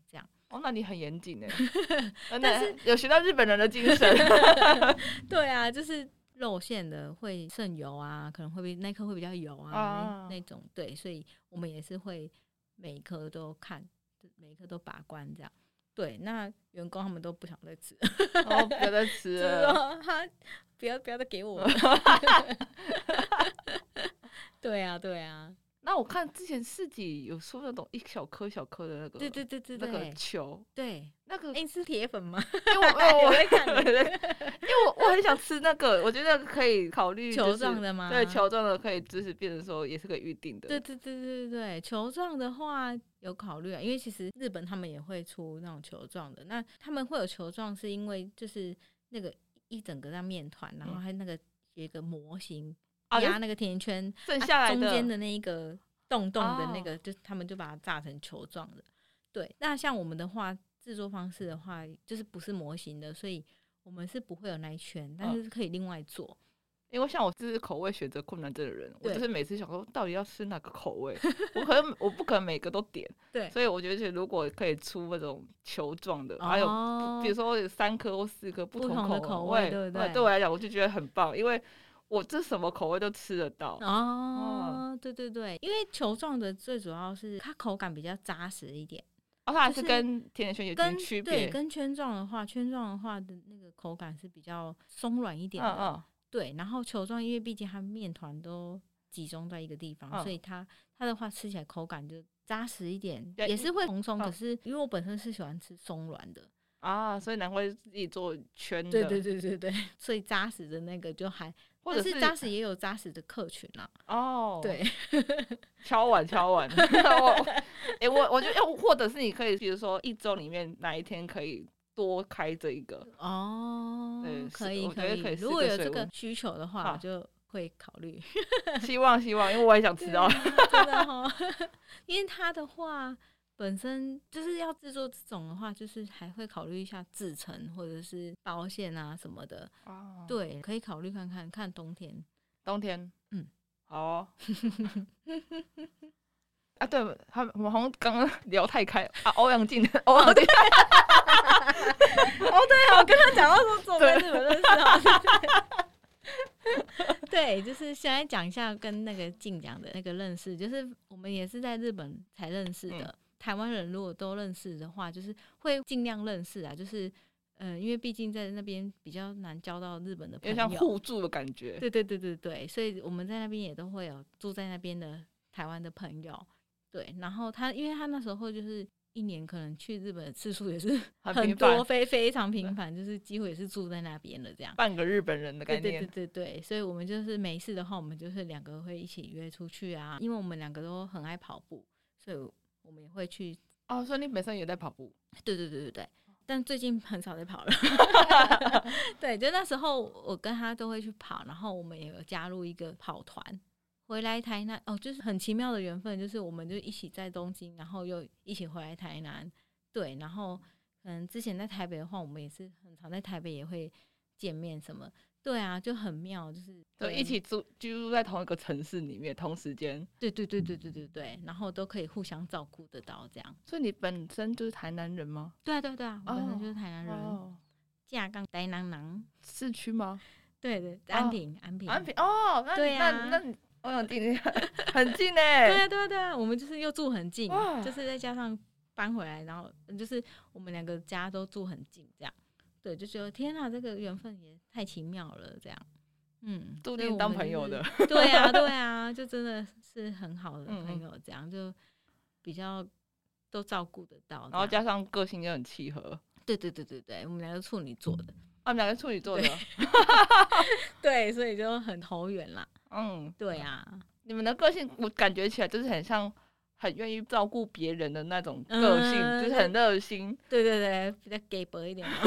哦，那你很严谨哎，但是有学到日本人的精神。 对啊，就是肉馅的会渗油啊，可能会那颗会比较油啊，啊 那, 那种对，所以我们也是会每一颗都看，每一颗都把关这样。对，那员工他们都不想再吃， 哦，不要再吃了， 就是他不要不要再给我了。对啊，对啊。 那我看之前市集有出那种一小颗小颗的那个， 对对对对对， 那个球， 对， 那个， 哎、欸，你是铁粉吗？ 因为我我在看，因为我我很想吃那个，我觉得可以考虑、就是、 球状的吗？ 对，球状的可以，就是变成说也是可以预定的。 对对对对对，球状的话有考虑啊，因为其实日本他们也会出那种球状的，那他们会有球状是因为就是那个一整个像面团，然后还那个有一个模型。压那个甜甜圈， 剩下来的、 啊、中间的那一个洞洞的那个，哦、就他们就把它炸成球状的。对，那像我们的话，制作方式的话，就是不是模型的，所以我们是不会有那一圈，但是可以另外做。嗯、 因为像我是口味选择困难症的人，我就是每次想说到底要吃哪个口味，我可能我不可能每个都点。对，所以我觉得如果可以出那种球状的，哦、还有比如说有三颗或四颗不同口 味, 口味，对不对？ 对我来讲，我就觉得很棒，因为。我这什么口味都吃得到哦，对对对，因为球状的最主要是它口感比较扎实一点， 哦，它还是跟甜甜圈有点区别。 对，跟圈状的话，圈状的话的那个口感是比较松软一点的，嗯嗯对。然后球状因为毕竟它面团都集中在一个地方，嗯、所以它它的话吃起来口感就扎实一点，也是会蓬松。嗯、可是因为我本身是喜欢吃松软的。 啊，所以难怪自己做圈的， 对对对对对，所以扎实的那个就还，或者是扎实也有扎实的客群啊。哦，对， 敲碗敲碗，我，哎、欸，我我觉得，或者是你可以，比如说一周里面哪一天可以多开这一个哦，对，可以可以， 可以，如果有这个需求的话，我就会考虑。 希望希望，因为我也想吃到， 真的哦，因为它的话。本身就是要制作这种的话，就是还会考虑一下制程或者是包馅啊什么的。哦，对，可以考虑看看，看冬天。 冬天， 嗯， 好哦。啊，对，他我们好像刚刚聊太开啊，欧阳靖，欧阳靖。 哦，对啊，我跟他讲到说做在日本认识啊。对，就是现在讲一下跟那个靖讲的那个认识，就是我们也是在日本才认识的。嗯台湾人如果都认识的话，就是会尽量认识啊，就是呃，因为毕竟在那边比较难交到日本的朋友， 有点像互助的感觉。 对对对对对，所以我们在那边也都会有住在那边的台湾的朋友。对，然后他因为他那时候就是一年可能去日本的次数也是很多，非非常频繁，就是几乎也是住在那边的这样， 半个日本人的概念。 对对对对对，所以我们就是没事的话，我们就是两个会一起约出去啊，因为我们两个都很爱跑步，所以。我们也会去哦，所以你本身也在跑步？ 对对对对对，但最近很少在跑了。对，就那时候我跟他都会去跑，然后我们也有加入一个跑团。回来台南哦，就是很奇妙的缘分，就是我们就一起在东京，然后又一起回来台南。对，然后可能之前在台北的话，我们也是很常在台北也会见面什么。对啊，就很妙，就是对一起住居住在同一个城市里面，同时间。 对对对对对对对，然后都可以互相照顾得到这样。 所以你本身就是台南人吗？ 对啊对啊对啊，我本身就是台南人，架杠台南人。 市区吗？ 对对，安平安平安平哦，那对啊， 那那欧阳靖很近哎。 对啊对啊对啊，我们就是又住很近，就是再加上搬回来，然后就是我们两个家都住很近这样。对，就觉得天啊，这个缘分也太奇妙了，这样，嗯， 注定当朋友的。 就是、对啊，对啊，就真的是很好的朋友，这样、嗯、就比较都照顾得到， 然后加上个性又很契合。 对对对对对，我们两个处女座的， 啊，我们两个处女座的， 对，所以就很投缘啦。 嗯， 对啊， 你们的个性我感觉起来就是很像。很愿意照顾别人的那种个性，嗯、就是很热心。 对对对，比较给薄一点。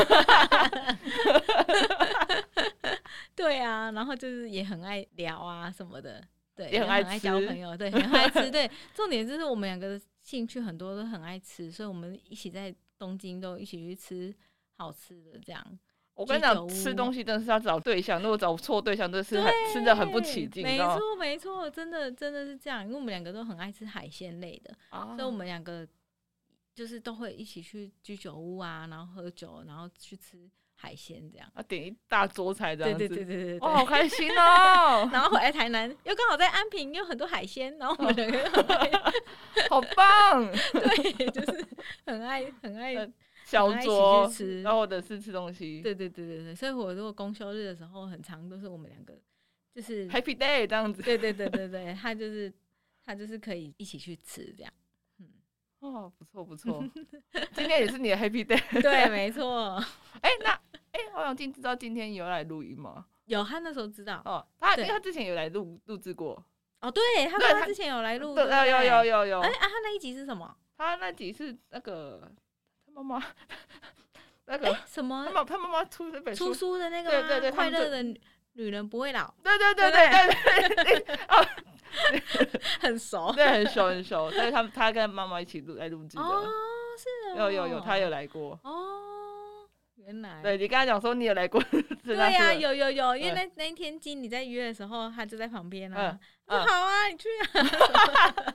对啊，然后就是也很爱聊啊什么的，对， 也很爱, 很爱交朋友，对，很爱吃。对，重点就是我们两个兴趣很多都很爱吃，所以我们一起在东京都一起去吃好吃的这样。 我跟你讲，吃东西真的是要找对象，如果找错对象，真的是很吃得很不起劲。 没错，没错，真的真的是这样，因为我们两个都很爱吃海鲜类的，哦、所以我们两个就是都会一起去居酒屋啊，然后喝酒，然后去吃海鲜这样。 啊，点一大桌菜这样子。 对对对对对哇，好开心哦！ 然后回来台南，又刚好在安平有很多海鲜，然后我们两个很爱， 好棒！ 对，就是很爱很爱。 小桌， 吃然后或者是吃东西。 对对对对对，所以我如果公休日的时候，很常都是我们两个就是 Happy Day 这样子。 对对对对对，他就是他就是可以一起去吃这样。嗯， 哦，不错不错。今天也是你的 Happy Day。 对，没错。 哎、欸，那哎，黄永进知道今天有来录音吗？ 有，他那时候知道。 哦，他因为他之前有来录录制过。 哦，对，他说他之前有来录。 对，有有有有有。 哎、欸、啊，他那一集是什么？ 他那集是那个。妈妈，那个、 欸、什么？ 他妈他妈妈出那本出书的那个对对对， 快乐的女人不会老。 对对对对对对对，哦， 很熟， 对，很熟很熟。所以他他跟妈妈一起录来录制的。 哦，是哦。有有有，他有来过。 哦，原来。 对你刚才讲说你有来过。 对呀、啊，有有有，因为那那一天经理在约的时候，他就在旁边啊。嗯。说好啊，你去啊。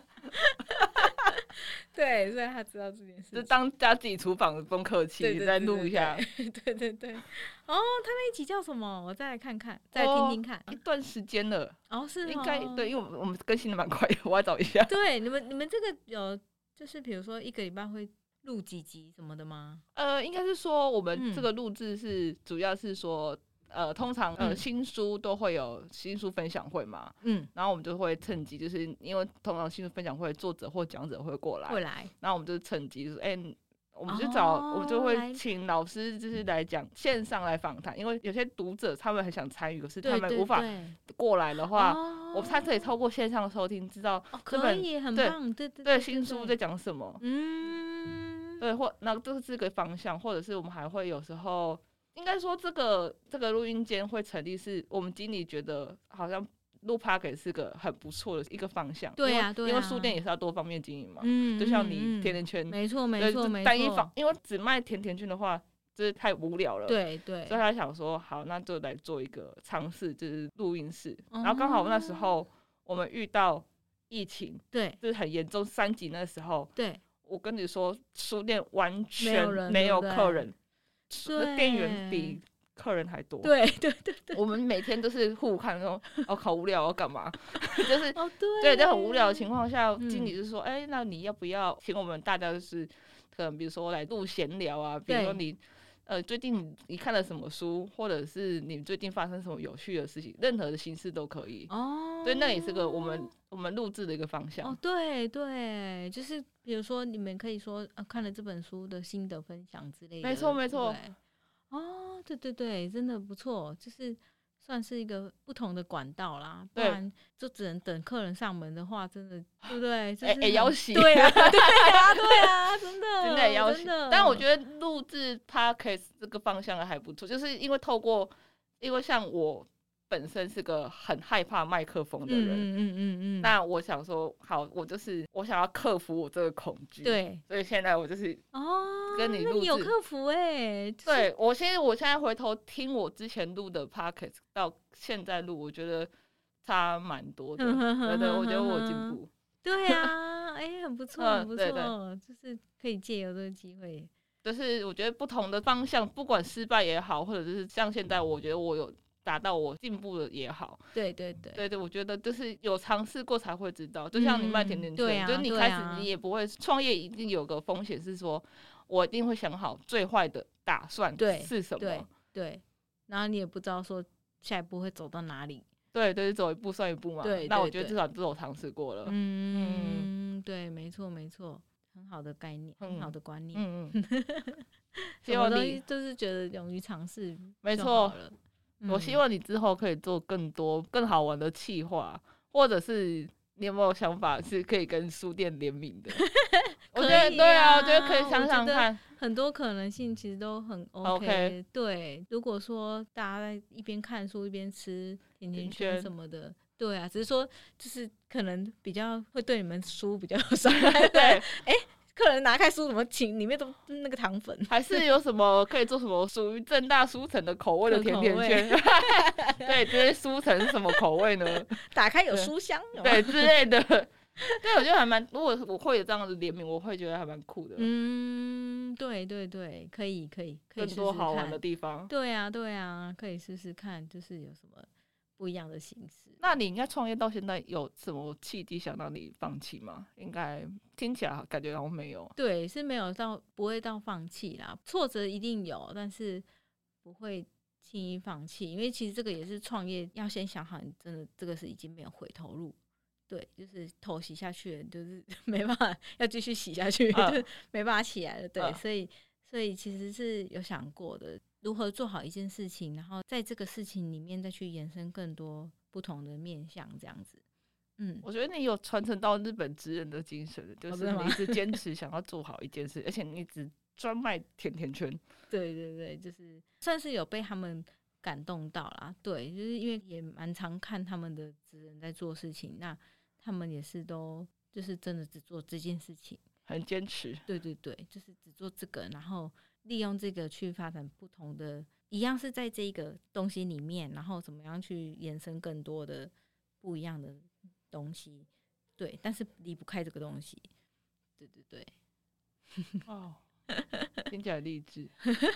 对，所以他知道这件事， 就当家自己厨房不用客气，再录一下。 对对对，哦，他那一集叫什么？我再来看看，再来听听看。 哦、一段时间了， 哦，是哦应该对，因为我们我们更新的蛮快的，我要找一下。 对，你们你们这个有就是比如说一个礼拜会录几集什么的吗？ 呃，应该是说我们这个录制是、嗯、主要是说。呃，通常呃、嗯、新书都会有新书分享会嘛，嗯，然后我们就会趁机，就是因为通常新书分享会作者或讲者会过来， 会来， 然后我们就趁机说，哎、欸，我们就找，哦、我们就会请老师就是来讲线上来访谈，因为有些读者他们很想参与，可是他们无法过来的话，对对对，我他可以透过线上收听，知道这本、 哦、可以很棒，对对对, 对新书在讲什么， 嗯， 对，或那这是个方向，或者是我们还会有时候。应该说，这个这个录音间会成立，是我们经理觉得好像录 Podcast 是个很不错的一个方向。 对啊，对啊， 因为书店也是要多方面经营嘛。嗯，就像你甜甜圈， 没错没错没错。 单一方，因为只卖甜甜圈的话，就是太无聊了。 对对。 所以他想说，好，那就来做一个尝试，就是录音室。哦、然后刚好那时候我们遇到疫情， 对， 就是很严重三级那时候。 对。 我跟你说，书店完全没有客人。店员比客人还多， 对对对对， 我们每天都是互看说，哦，好无聊，要干嘛？就是、 哦、对， 对，在很无聊的情况下，嗯、经理就说，哎、欸，那你要不要请我们大家就是可能比如说来录闲聊啊，比如说你呃最近你看了什么书，或者是你最近发生什么有趣的事情，任何的形式都可以哦。所以那也是个我们我们录制的一个方向。 哦，对对，就是比如说你们可以说、啊、看了这本书的心得分享之类的， 没错没错。 哦，对对对，真的不错，就是算是一个不同的管道啦，不然就只能等客人上门的话，真的对不对？就是哎要挟， 对啊，对啊，对啊，真的， 真的要挟。但我觉得录制 podcast 这个方向还不错，就是因为透过，因为像我本身是个很害怕麦克风的人，嗯嗯嗯嗯，那我想说，好，我就是我想要克服我这个恐惧， 对， 所以现在我就是哦，跟你录制， 那你有克服哎、欸就是， 对我现在我现在回头听我之前录的 podcast 到现在录，我觉得差蛮多的，对对，我觉得我进步， 对啊，哎、欸，很不错，很不错，对对，就是可以借由这个机会， 就是我觉得不同的方向，不管失败也好，或者是像现在，我觉得我有。达到我进步的也好， 对对对， 对对，我觉得就是有尝试过才会知道。就像你卖甜甜圈，嗯啊、就是你开始你也不会创、啊、业，一定有个风险是说，我一定会想好最坏的打算是什么， 对 对, 对，然后你也不知道说下一步会走到哪里， 对对，走一步算一步嘛。 对, 对, 对， 那我觉得至少都有尝试过了。 嗯嗯，对，没错没错，很好的概念，嗯、很好的观念。嗯嗯， 希望你就是觉得勇于尝试， 没错。我希望你之后可以做更多更好玩的企划，或者是你有没有想法是可以跟书店联名的？我觉得对啊，我觉得可以想想看， 很多可能性其实都很 OK, OK。对，如果说大家在一边看书一边吃甜甜圈什么的，对啊，只是说就是可能比较会对你们书比较有伤害。对，哎、欸。客人拿开书怎么请里面都那个糖粉， 还是有什么可以做什么属于正大书城的口味的甜甜圈？对，这些书城是什么口味呢？ 打开有书香， 对之类的。 对，我觉得还蛮，如果我会有这样的联名，我会觉得还蛮酷的。 嗯，对对对，可以可以可以试试看， 更多好玩的地方。 对啊对啊，可以试试看，就是有什么不一样的形式。 那你应该创业到现在有什么契机想让你放弃吗？应该听起来感觉好像没有。 对，是没有到不会到放弃啦，挫折一定有，但是不会轻易放弃，因为其实这个也是创业要先想好，你真的这个是已经没有回头路。对，就是头洗下去了，就是没办法要继续洗下去，嗯、就是没办法起来了。对，嗯、所以所以其实是有想过的，如何做好一件事情，然后在这个事情里面再去延伸更多不同的面向，这样子。嗯， 我觉得你有传承到日本职人的精神，就是你一直坚持想要做好一件事，而且你一直专卖甜甜圈。 对对对，就是算是有被他们感动到啦。对，就是因为也蛮常看他们的职人在做事情，那他们也是都就是真的只做这件事情， 很坚持。 对对对，就是只做这个，然后利用这个去发展不同的，一样是在这个东西里面，然后怎么样去延伸更多的不一样的东西。对，但是离不开这个东西。对对对。 哦，听起来励志。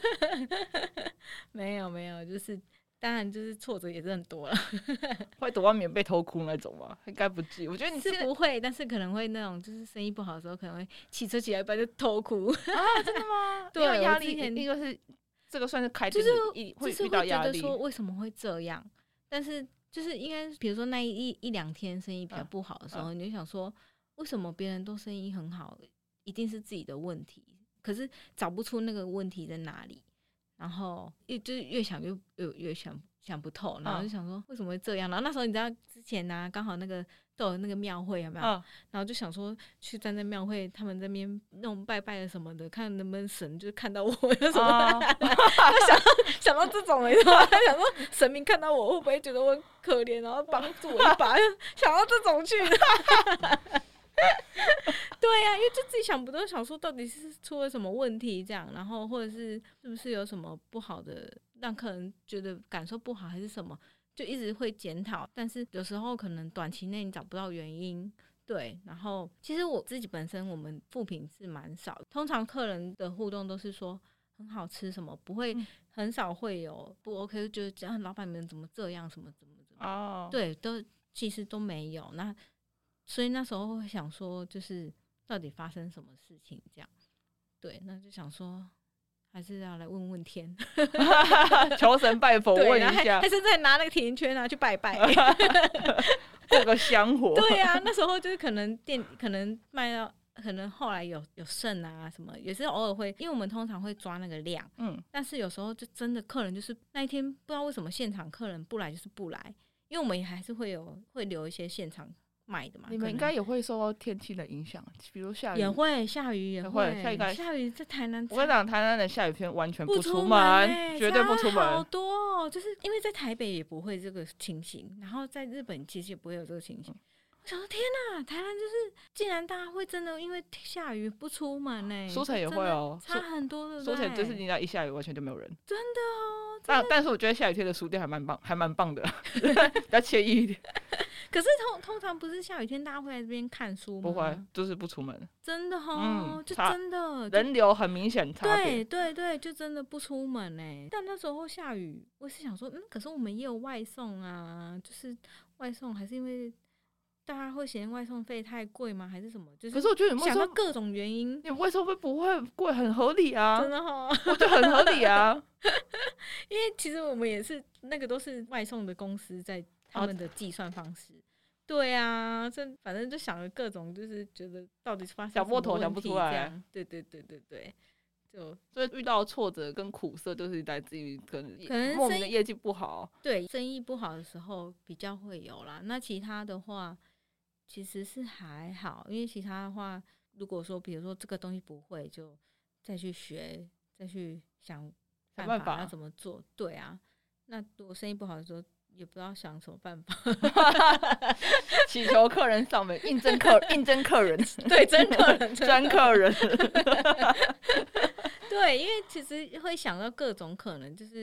没有没有，就是当然就是挫折也是很多了。 会躲到棉被偷哭那种吗？应该不至于。我觉得你是不会，但是可能会那种就是生意不好的时候，可能会骑车起来一半就偷哭。 啊，真的吗？ 对， 因为压力，一个是这个算是开店， 就是会遇到压力。 就是会觉得说为什么会这样？但是就是应该比如说那一一两天生意比较不好的时候，啊、你就想说为什么别人都生意很好，一定是自己的问题，可是找不出那个问题在哪里。然后越就是越想越越越想想不透，然后就想说为什么会这样。然后那时候你知道之前呢、啊，刚好那个都有那个庙会有没有？嗯、然后就想说去站在庙会，他们那边弄拜拜的什么的，看能不能神就是看到我有什么。哦、想到想到这种，你知道吗？想说神明看到我会不会觉得我很可怜，然后帮助我一把？想到这种去。对呀、啊，因为就自己想不到，想说到底是出了什么问题这样，然后或者是是不是有什么不好的，让客人觉得感受不好还是什么，就一直会检讨。但是有时候可能短期内你找不到原因，对。然后其实我自己本身我们负评是蛮少的，通常客人的互动都是说很好吃什么，不会、嗯、很少会有不 OK， 就觉得老板们怎么这样什么怎么怎么，哦、对，都其实都没有。那所以那时候会想说，就是到底发生什么事情这样？对，那就想说，还是要来问问天， 求神拜佛问一下， 还是再拿那个甜圈啊去拜拜， 过个香火。 对啊，那时候就是可能店可能卖到，可能后来有有剩啊什么，也是偶尔会，因为我们通常会抓那个量，嗯，但是有时候就真的客人就是那一天不知道为什么现场客人不来就是不来，因为我们也还是会有会留一些现场卖的嘛。 你们应该也会受到天气的影响，比如下雨也会，下雨也会， 下雨下雨在台南， 我跟你讲，台南的下雨天完全不出门，欸、 绝对不出门， 好多、哦，就是因为在台北也不会这个情形，然后在日本其实也不会有这个情形。我想说天哪，台湾就是竟然大家会真的因为下雨不出门呢、欸？ 书城也会哦， 差很多的。 书城就是你要一下雨完全就没有人， 真的哦。 但但是我觉得下雨天的书店还蛮棒，还蛮棒的，比较惬意一点。 可是通通常不是下雨天大家会来这边看书吗？ 不会，就是不出门。 真的哦，嗯、就真的人流很明显差别。 对对对，就真的不出门哎。但那时候下雨，我是想说，嗯，可是我们也有外送啊，就是外送还是因为。大家会嫌外送费太贵吗？还是什么？就是， 可是我觉得你想到各种原因， 你外送费不会贵，很合理啊， 真的哈、哦， 我觉得很合理啊。 因为其实我们也是那个都是外送的公司在他们的计算方式。哦、对啊，这反正就想了各种，就是觉得到底发生什么问题， 想不头想不出来。 对对对对对，就所以遇到挫折跟苦涩，就是来自于可能可能莫名的业绩不好。 对，生意不好的时候比较会有啦。那其他的话。其实是还好，因为其他的话，如果说比如说这个东西不会，就再去学，再去想办法要怎么做。对啊，那如果生意不好的时候，也不知道想什么办法。 祈求客人上门，应征客应征客人， 对，真客人， 真客人。 对，因为其实会想到各种可能，就是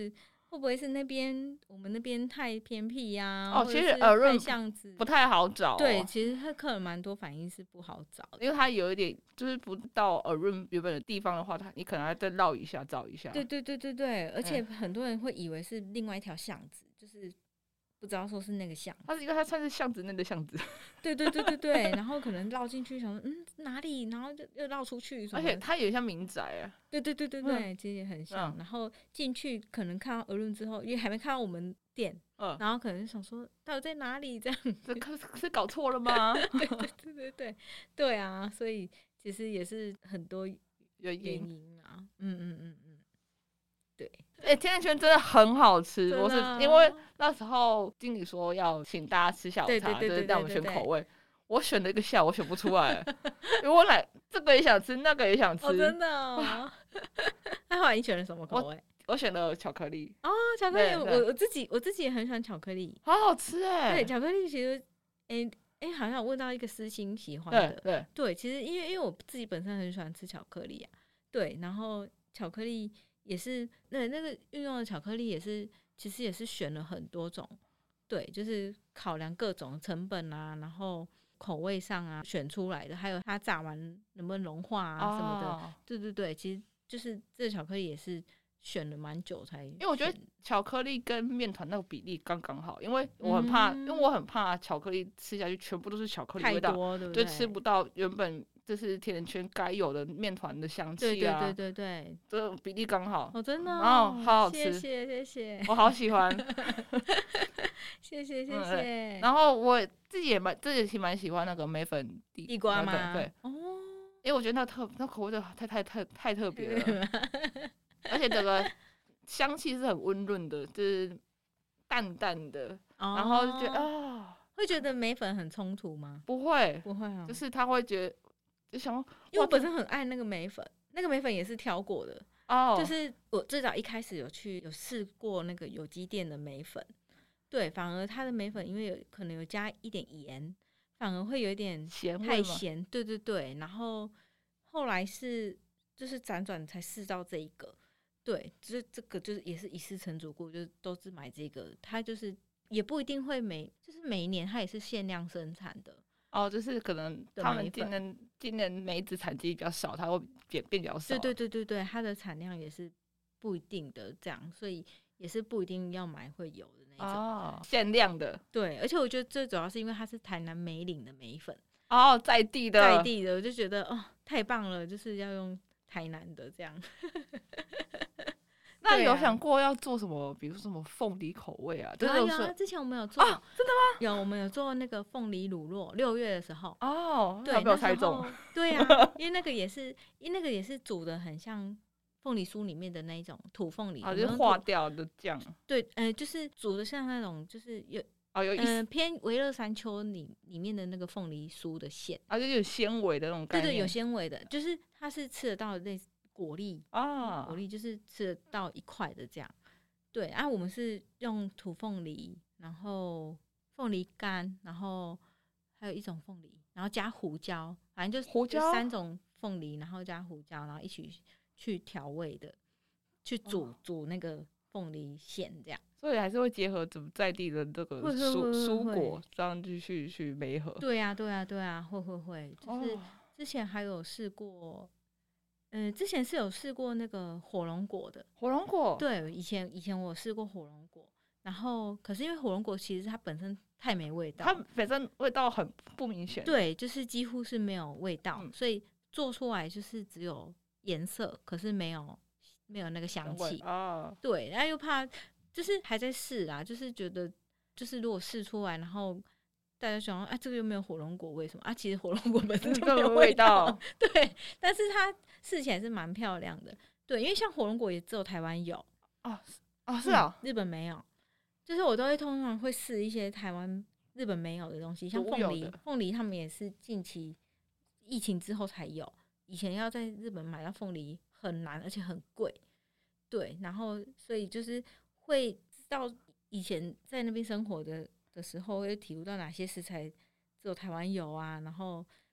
会不会是那边我们那边太偏僻呀、 啊？哦，其实耳润巷子不太好找、哦。 对，其实他客人蛮多反应是不好找的， 因为它有一点就是不到耳润原本的地方的话，它你可能要再绕一下找一下。 对对对对对，而且很多人会以为是另外一条巷子，就是不知道说是那个巷子。 它是因为它算是巷子内的巷子。 对对对对对，然后可能绕进去想说嗯哪里，然后就又绕出去， 而且它有点像民宅啊。 对对对对对，嗯、其实也很像。 嗯、 然后进去可能看到耳润之后，因为还没看到我们店，嗯，然后可能想说到底在哪里这样子， 是是搞错了吗？ 对对对对对对啊，所以其实也是很多原因啊，嗯嗯嗯嗯，对。 哎、欸，甜甜圈真的很好吃，我是因为那时候经理说要请大家吃下午茶，就是让我们选口味。我选了一个下午，我选不出来，因为我来这个也想吃，那个也想吃， 哦、真的哦。那后来你选了什么口味？ 我, 我选了巧克力。 哦，巧克力，我我自己我自己也很喜欢巧克力， 好好吃哎、 欸。对，巧克力其实，哎、欸、哎、欸，好像有问到一个私心喜欢的， 对对对，其实因为因为我自己本身很喜欢吃巧克力啊，对，然后巧克力也是那那个运用的巧克力也是，其实也是选了很多种，对，就是考量各种成本啊，然后口味上啊选出来的，还有它炸完能不能融化啊什么的，哦、对对对，其实就是这个巧克力也是选了蛮久才，因为我觉得巧克力跟面团那个比例刚刚好，因为我很怕，嗯、因为我很怕巧克力吃下去全部都是巧克力味道， 太多对不对？ 就吃不到原本就是甜甜圈该有的面团的香气啊， 对对对对对， 这比例刚好， 哦真的、哦， 然后好好吃， 谢谢谢谢， 我好喜欢， 谢谢谢谢、 嗯。然后我自己也蛮自己蛮喜欢那个梅粉地地瓜吗？ 对，哦，因为我觉得那特那口味就太太太太特别了，而且整个香气是很温润的，就是淡淡的，哦、然后就觉得啊、哦， 会觉得梅粉很冲突吗？ 不会， 不会啊， 就是他会觉得就想， 因为我本身很爱那个梅粉，那个梅粉也是挑过的哦，就是我最早一开始有去有试过那个有机店的梅粉，对，反而它的梅粉因为有可能有加一点盐，反而会有一点太咸，对对对，然后后来是就是辗转才试到这一个。对，就是这个，就是也是一试成主顾，就是都是买这个。它就是也不一定会每，就是每一年它也是限量生产的。 哦，就是可能他们今年今年梅子产季比较少，它会变变比较少。 对对对对对，它的产量也是不一定的，这样，所以也是不一定要买会有的那种。 哦，限量的。 对，而且我觉得最主要是因为它是台南梅岭的梅粉。 哦，在地的， 在地的，我就觉得哦，太棒了，就是要用台南的这样。 那有想过要做什么？比如说什么凤梨口味啊？ 有啊有啊，之前我们有做、 啊，真的吗？ 有，我们有做那个凤梨乳酪，六月的时候。 哦， 对， 没有猜中。 对啊，因为那个也是，因为那个也是煮的很像凤梨酥里面的那一种土凤梨， 哦，就是化掉的酱。 对，呃，就是煮的像那种，就是有哦有嗯、呃、偏微热山丘里里面的那个凤梨酥的馅， 啊，就有纤维的那种概念。 对对，有纤维的，就是它是吃得到的类似。果粒啊，果粒就是吃得到一块的这样，对啊，我们是用土凤梨，然后凤梨干，然后还有一种凤梨，然后加胡椒，反正就胡椒就三种凤梨，然后加胡椒，然后一起去调味的，去煮、哦、煮那个凤梨馅这样， 所以还是会结合怎么在地的这个蔬蔬果，这样继续去媒合。 对啊，对啊，对啊，会会会，就是之前还有试过。嗯，之前是有试过那个火龙果的， 火龙果， 对，以前以前我试过火龙果，然后可是因为火龙果其实它本身太没味道， 它本身味道很不明显， 对，就是几乎是没有味道，嗯、所以做出来就是只有颜色，可是没有没有那个香气啊，对，然后又怕就是还在试啊，就是觉得就是如果试出来，然后。大家想说，啊，这个又没有火龙果，为什么啊？其实火龙果本身就没有味道，味道对，但是它试起来是蛮漂亮的，对，因为像火龙果也只有台湾有哦，哦是啊、 嗯，日本没有，就是我都会通常会试一些台湾、日本没有的东西，像凤梨，凤梨他们也是近期疫情之后才有，以前要在日本买到凤梨很难，而且很贵，对，然后所以就是会知道以前在那边生活的。的时候会体悟到哪些食材只有台湾有啊，然后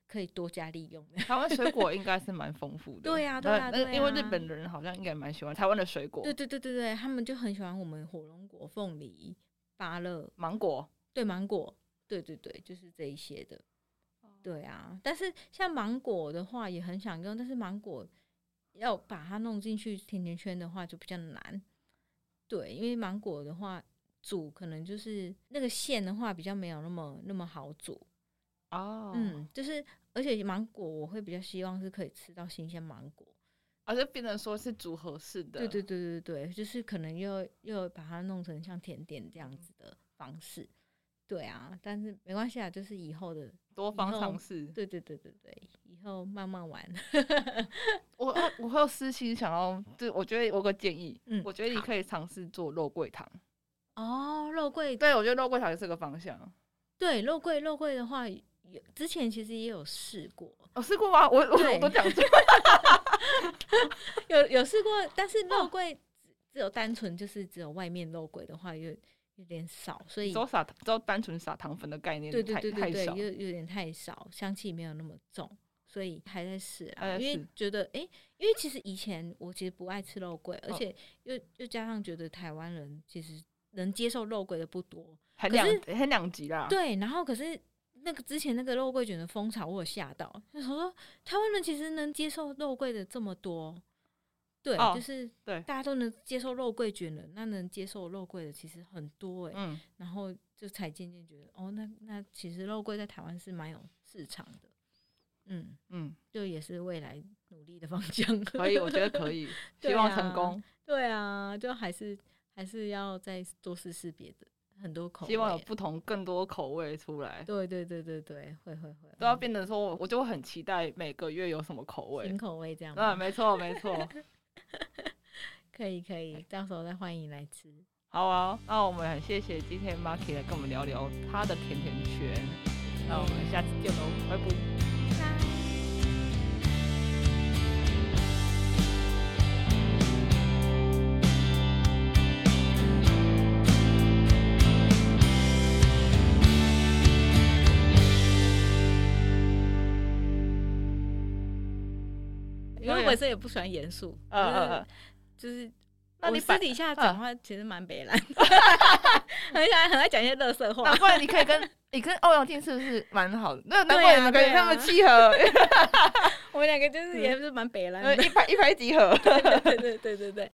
可以多加利用的。 台湾水果应该是蛮丰富的。 对呀、啊，对呀、啊，对啊， 因为日本人好像应该蛮喜欢台湾的水果。 对对对对对，他们就很喜欢我们火龙果、凤梨、芭乐、 芒果。 对，芒果，对对对，就是这一些的。对啊，但是像芒果的话也很想用，但是芒果要把它弄进去甜甜圈的话就比较难。对，因为芒果的话煮可能就是那个馅的话比较没有那么那么好煮哦。 嗯，就是而且芒果我会比较希望是可以吃到新鲜芒果， 而且变成说是组合式的。 对对对对对，就是可能又又把它弄成像甜点这样子的方式。对啊，但是没关系啊，就是以后的多方尝试。 对对对对对，以后慢慢玩。 我我会有私心想要，就我觉得我有个建议， 嗯， 我觉得你可以尝试做肉桂糖。 哦，肉桂， 对，我觉得肉桂糖也是个方向。 对，肉桂肉桂的话，有之前其实也有试过。 有试过吗？我我我都讲错。 有有试过，但是肉桂只有单纯就是只有外面肉桂的话，有有点少，所以只撒只有单纯撒糖粉的概念， 对对对对对， 太少， 有有点太少，香气没有那么重，所以还在试啊。 因为觉得哎、欸，因为其实以前我其实不爱吃肉桂，而且又又加上觉得台湾人其实能接受肉桂的不多， 很两很两极啦。 对，然后可是那个之前那个肉桂卷的风潮，我有吓到，就说台湾人其实能接受肉桂的这么多。对、哦，就是对，大家都能接受肉桂卷了，那能接受肉桂的其实很多哎、欸，嗯，然后就才渐渐觉得，哦，那那其实肉桂在台湾是蛮有市场的，嗯嗯，就也是未来努力的方向。 可以，我觉得可以，希望成功。 对啊，就还是还是要再多试试别的很多口味， 希望有不同更多口味出来。 对对对对对，会会会， 都要变得说，我就会很期待每个月有什么口味， 新口味这样。 嗯，没错没错。 可以可以，到时候再欢迎来吃。 好啊，那我们很谢谢今天 Maki 来跟我们聊聊他的甜甜圈，那我们下次见喽，拜拜。 因为我本身也不喜欢严肃，嗯嗯嗯，就是我私底下讲话其实蛮北蓝，很想很爱讲一些垃圾话。 难怪你可以跟你跟欧阳靖是不是蛮好的？那难怪你们可以那么契合。 我们两个就是也是蛮北蓝的， 一拍一拍即合。 对对对对对对。